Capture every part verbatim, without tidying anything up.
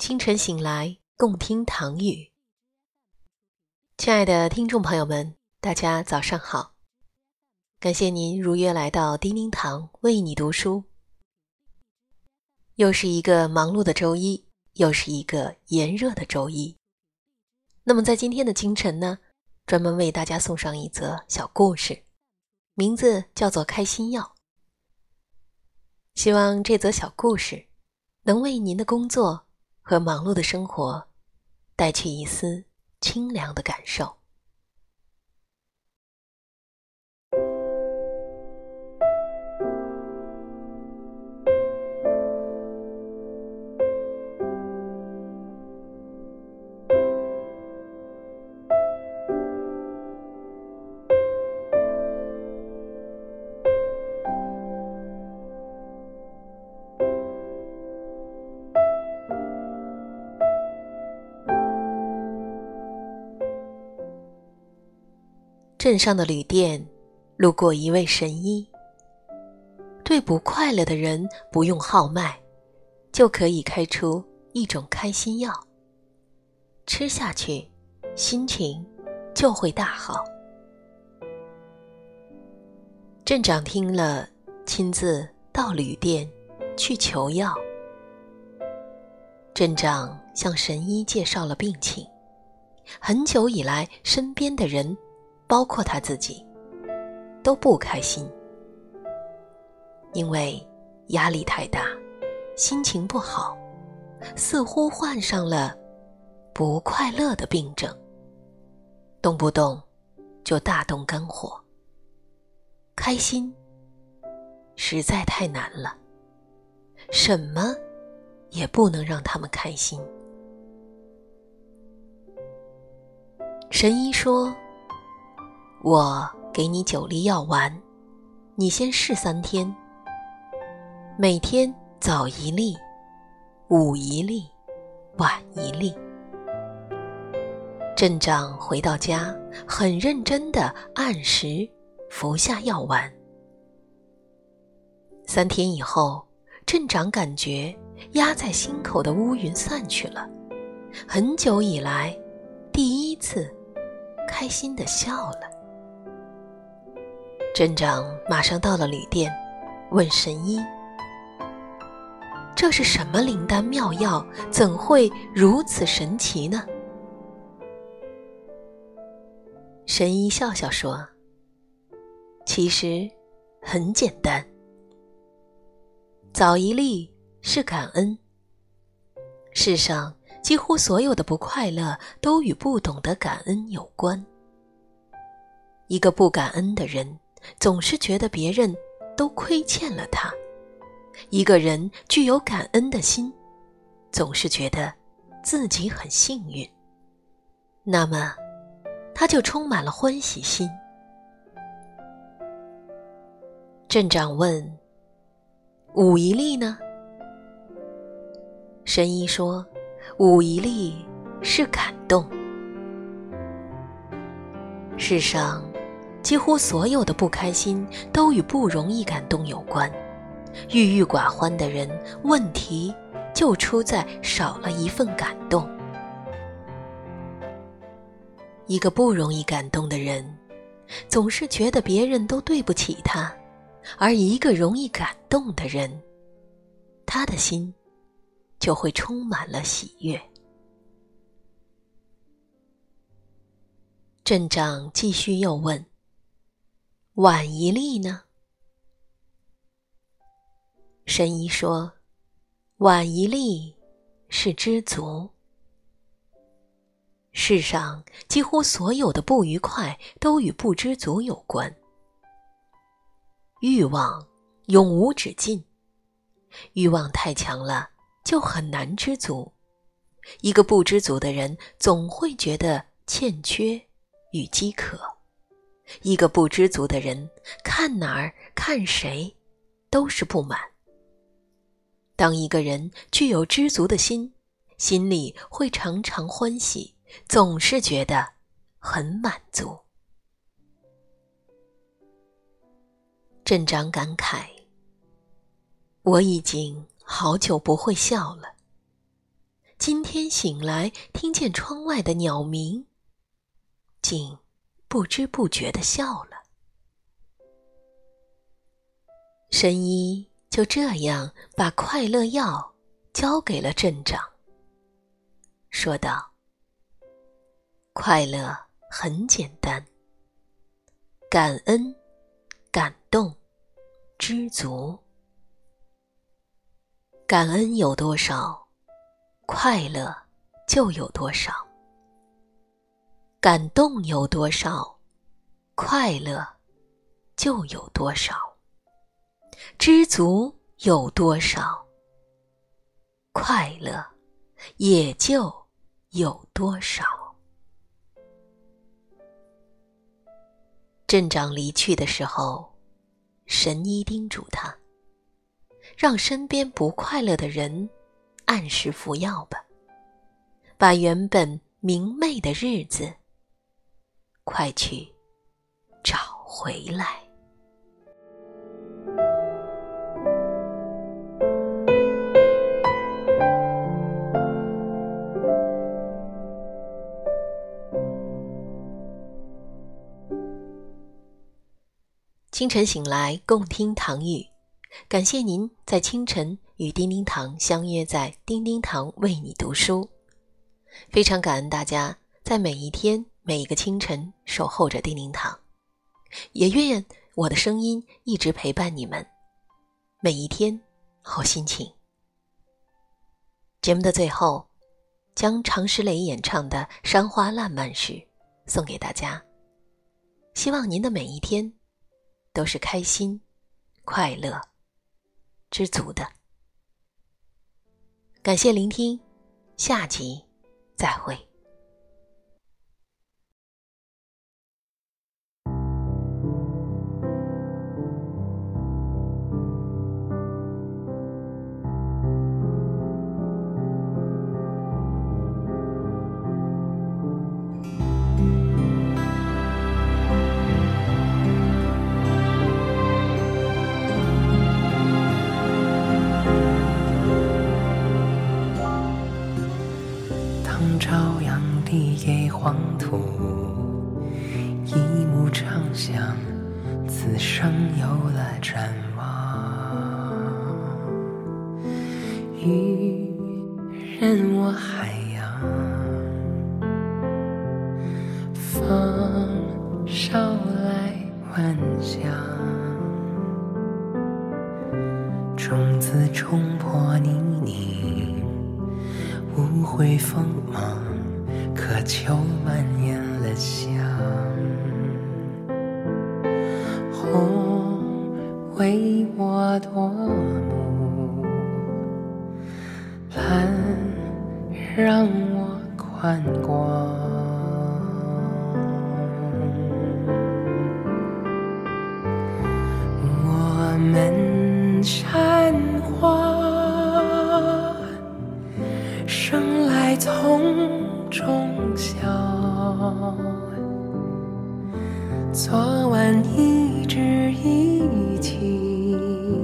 清晨醒来，共听唐语。亲爱的听众朋友们，大家早上好。感谢您如约来到叮叮堂为你读书。又是一个忙碌的周一，又是一个炎热的周一。那么在今天的清晨呢，专门为大家送上一则小故事，名字叫做开心药。希望这则小故事能为您的工作和忙碌的生活带去一丝清凉的感受。镇上的旅店路过一位神医，对不快乐的人不用号脉，就可以开出一种开心药，吃下去心情就会大好。镇长听了，亲自到旅店去求药。镇长向神医介绍了病情，很久以来身边的人包括他自己都不开心，因为压力太大，心情不好，似乎患上了不快乐的病症，动不动就大动肝火，开心实在太难了，什么也不能让他们开心。神医说，我给你九粒药丸，你先试三天，每天早一粒，午一粒，晚一粒。镇长回到家，很认真地按时服下药丸。三天以后，镇长感觉压在心口的乌云散去了，很久以来第一次开心地笑了。镇长马上到了旅店，问神医，这是什么灵丹妙药，怎会如此神奇呢？神医笑笑说，其实很简单，早一粒是感恩。世上几乎所有的不快乐都与不懂得感恩有关。一个不感恩的人总是觉得别人都亏欠了他，一个人具有感恩的心，总是觉得自己很幸运，那么他就充满了欢喜心。镇长问，午一粒呢？神医说，午一粒是感动。世上几乎所有的不开心都与不容易感动有关，郁郁寡欢的人，问题就出在少了一份感动。一个不容易感动的人，总是觉得别人都对不起他，而一个容易感动的人，他的心就会充满了喜悦。镇长继续又问，晚一粒呢？神医说，晚一粒是知足。世上几乎所有的不愉快都与不知足有关。欲望永无止境，欲望太强了就很难知足。一个不知足的人总会觉得欠缺与饥渴，一个不知足的人看哪儿看谁都是不满。当一个人具有知足的心，心里会常常欢喜，总是觉得很满足。镇长感慨，我已经好久不会笑了。 今天醒来听见窗外的鸟鸣，竟不知不觉地笑了。神医就这样把快乐药交给了镇长，说道：快乐很简单，感恩、感动、知足。感恩有多少，快乐就有多少；感动有多少，快乐就有多少；知足有多少，快乐也就有多少。镇长离去的时候，神医叮嘱他，让身边不快乐的人按时服药吧，把原本明媚的日子快去找回来。清晨醒来，共听唐语。感谢您在清晨与叮叮堂相约在叮叮堂为你读书。非常感恩大家在每一天每一个清晨守候着叮叮堂，也愿我的声音一直陪伴你们每一天好心情。节目的最后，将常石磊演唱的《山花烂漫时》送给大家，希望您的每一天都是开心、快乐、知足的。感谢聆听，下集再会。 朝阳递给黄土，一幕长相，此生有了展望。渔人我海洋，放梢来万象，种子冲破泥泞，无悔锋芒，渴求蔓延了香。红为我夺目，蓝让我宽广。我们山花生来丛中笑，昨晚一枝一起，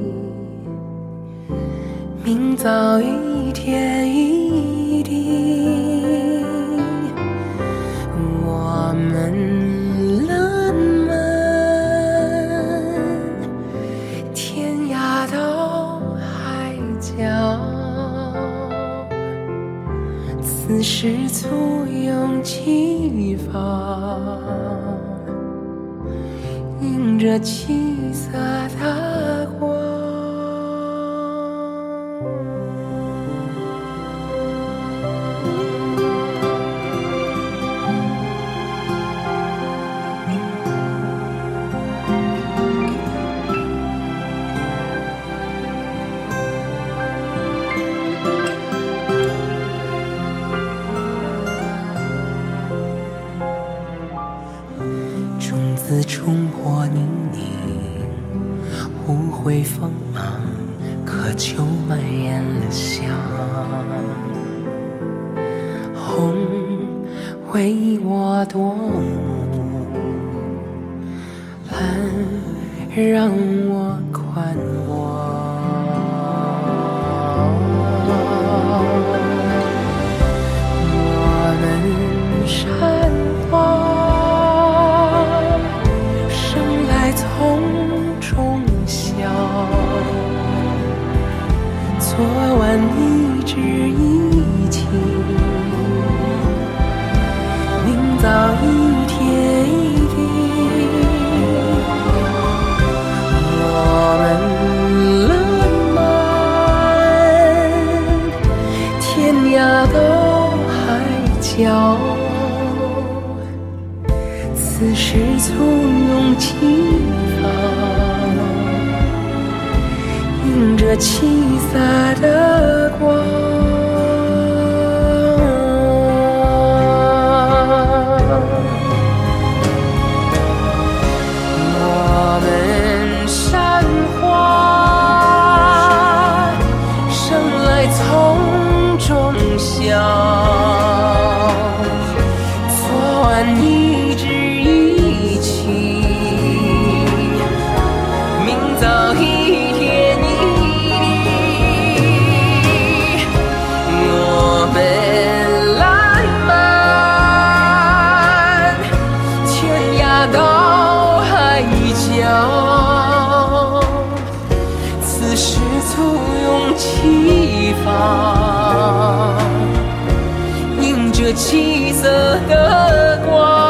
明早一天一地。我们浪漫，天涯到海角，此时簇拥齐放，迎着七色大光。种子冲破泥泞，无悔锋芒，渴求蔓延了香。红为我夺目，蓝让我宽广。 直一起，明早一天一地，我们浪漫，天涯到海角，此时簇拥起放，迎着七洒的光。我们山花生来丛中笑，昨晚一直一起，明早一天一地，我们烂漫，天涯到海角，此时簇拥起放，迎着七色的光。